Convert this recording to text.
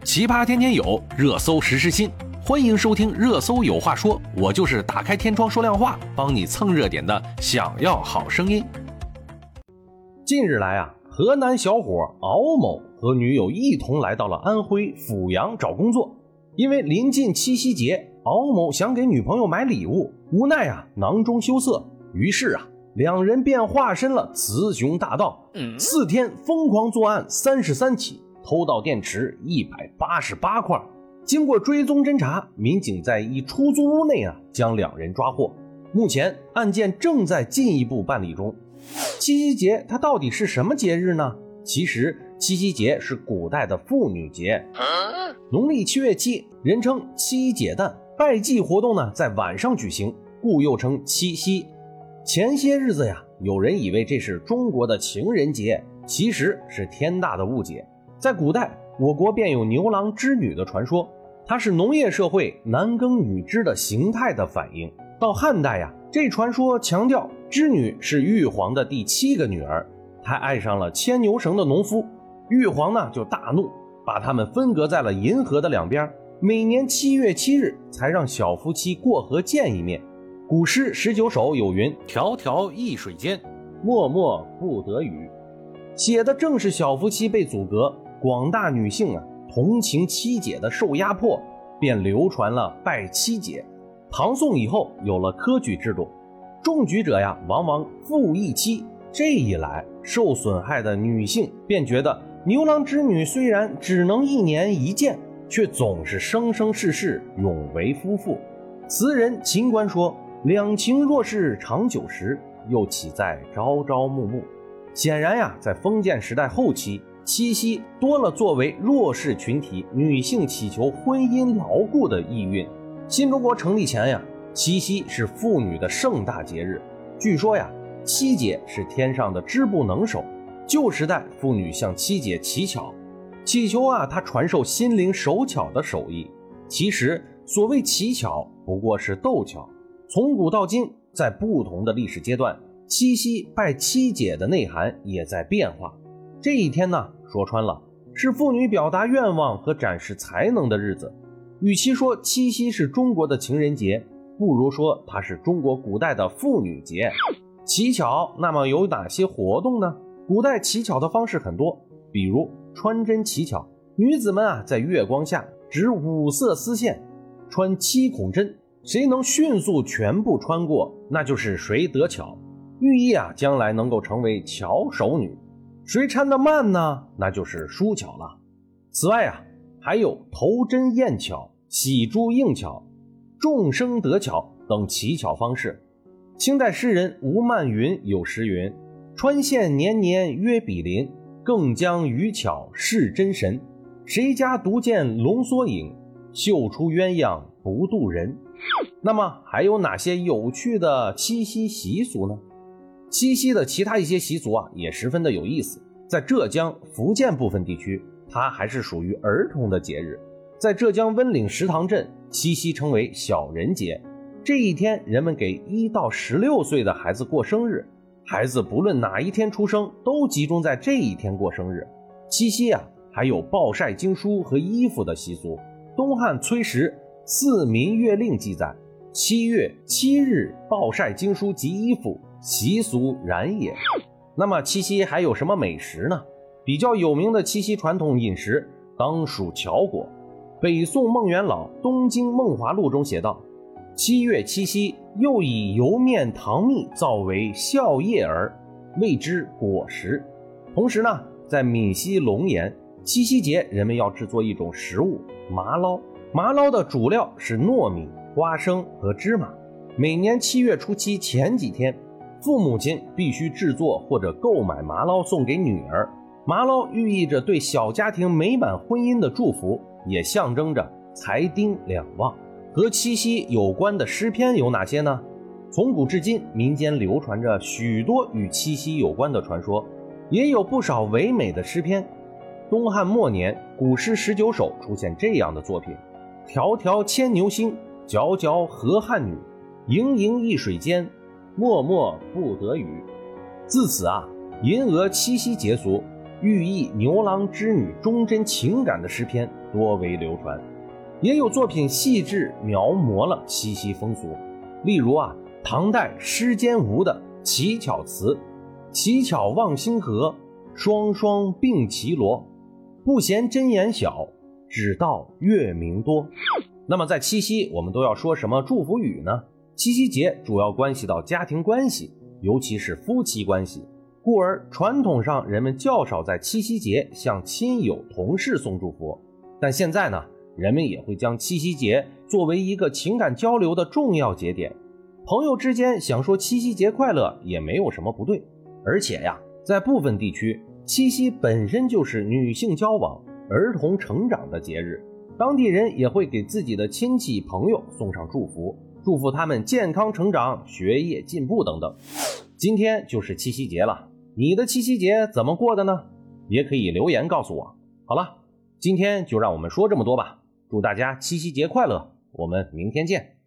奇葩天天有，热搜时时新。欢迎收听热搜有话说，我就是打开天窗说亮话，帮你蹭热点的想要好声音。近日来河南小伙敖某和女友一同来到了安徽阜阳找工作。因为临近七夕节，敖某想给女朋友买礼物，无奈囊中羞涩，于是两人便化身了雌雄大盗，4天疯狂作案33起，偷盗电池188块。经过追踪侦查，民警在一出租屋内将两人抓获。目前案件正在进一步办理中。七夕节它到底是什么节日呢？其实七夕节是古代的妇女节，农历7月7，人称七姐诞，拜祭活动呢在晚上举行，故又称七夕。前些日子有人以为这是中国的情人节，其实是天大的误解。在古代，我国便有牛郎织女的传说，它是农业社会男耕女织的形态的反应。到汉代这传说强调织女是玉皇的第7个女儿，她爱上了牵牛绳的农夫，玉皇呢就大怒，把他们分隔在了银河的两边，每年7月7日才让小夫妻过河见一面。古诗19首有云：迢迢易水间，脉脉不得语，写的正是小夫妻被阻隔，广大女性同情妻姐的受压迫，便流传了拜妻节。唐宋以后有了科举制度，中举者往往负一妻，这一来受损害的女性便觉得牛郎织女虽然只能1年1见，却总是生生世世永为夫妇。词人秦观说：两情若是长久时，又岂在朝朝暮暮。显然在封建时代后期，七夕多了作为弱势群体女性祈求婚姻牢固的意蕴。新中国成立前七夕是妇女的盛大节日。据说七姐是天上的织布能手，旧时代妇女向七姐乞巧，祈求她传授心灵手巧的手艺。其实所谓乞巧不过是斗巧。从古到今，在不同的历史阶段，七夕拜七姐的内涵也在变化。这一天呢，说穿了是妇女表达愿望和展示才能的日子。与其说七夕是中国的情人节，不如说它是中国古代的妇女节。乞巧那么有哪些活动呢？古代乞巧的方式很多，比如穿针乞巧，女子们在月光下织5色丝线，穿7孔针，谁能迅速全部穿过，那就是谁得巧，寓意将来能够成为巧手女。谁穿得慢呢，那就是输巧了。此外还有投针验巧、喜珠应巧、众生得巧等乞巧方式。清代诗人吴曼云有诗云：穿线年年约比邻，更将渔巧试真神。谁家独见龙缩影，绣出鸳鸯不渡人。那么还有哪些有趣的七夕习俗呢？七夕的其他一些习俗也十分的有意思。在浙江、福建部分地区，它还是属于儿童的节日。在浙江温岭石塘镇，七夕称为小人节。这一天，人们给1到16岁的孩子过生日，孩子不论哪一天出生，都集中在这一天过生日。七夕还有暴晒经书和衣服的习俗。东汉崔实《四民月令》记载：7月7日暴晒经书及衣服，习俗然也。那么七夕还有什么美食呢？比较有名的七夕传统饮食当属巧果。北宋孟元老《东京梦华录》中写道：7月七夕，又以油面糖蜜造为孝叶儿，谓之果实。同时呢，在闽西龙岩，七夕节人们要制作一种食物麻捞。麻捞的主料是糯米、花生和芝麻。每年7月初7前几天，父母亲必须制作或者购买麻捞送给女儿。麻捞寓意着对小家庭美满婚姻的祝福，也象征着财丁两旺。和七夕有关的诗篇有哪些呢？从古至今，民间流传着许多与七夕有关的传说，也有不少唯美的诗篇。东汉末年，古诗19首出现这样的作品：迢迢牵牛星，皎皎河汉女，盈盈一水间，脉脉不得语。自此银娥七夕节俗寓意牛郎织女忠贞情感的诗篇多为流传，也有作品细致描摹了七夕风俗。例如唐代施坚吾的乞巧词：乞巧望星河，双双并齐罗，不嫌针眼小，只道月明多。那么在七夕我们都要说什么祝福语呢？七夕节主要关系到家庭关系，尤其是夫妻关系，故而传统上人们较少在七夕节向亲友同事送祝福。但现在呢，人们也会将七夕节作为一个情感交流的重要节点，朋友之间想说七夕节快乐也没有什么不对。而且在部分地区，七夕本身就是女性交往、儿童成长的节日，当地人也会给自己的亲戚朋友送上祝福，祝福他们健康成长、学业进步等等。今天就是七夕节了，你的七夕节怎么过的呢？也可以留言告诉我。好了，今天就让我们说这么多吧，祝大家七夕节快乐，我们明天见。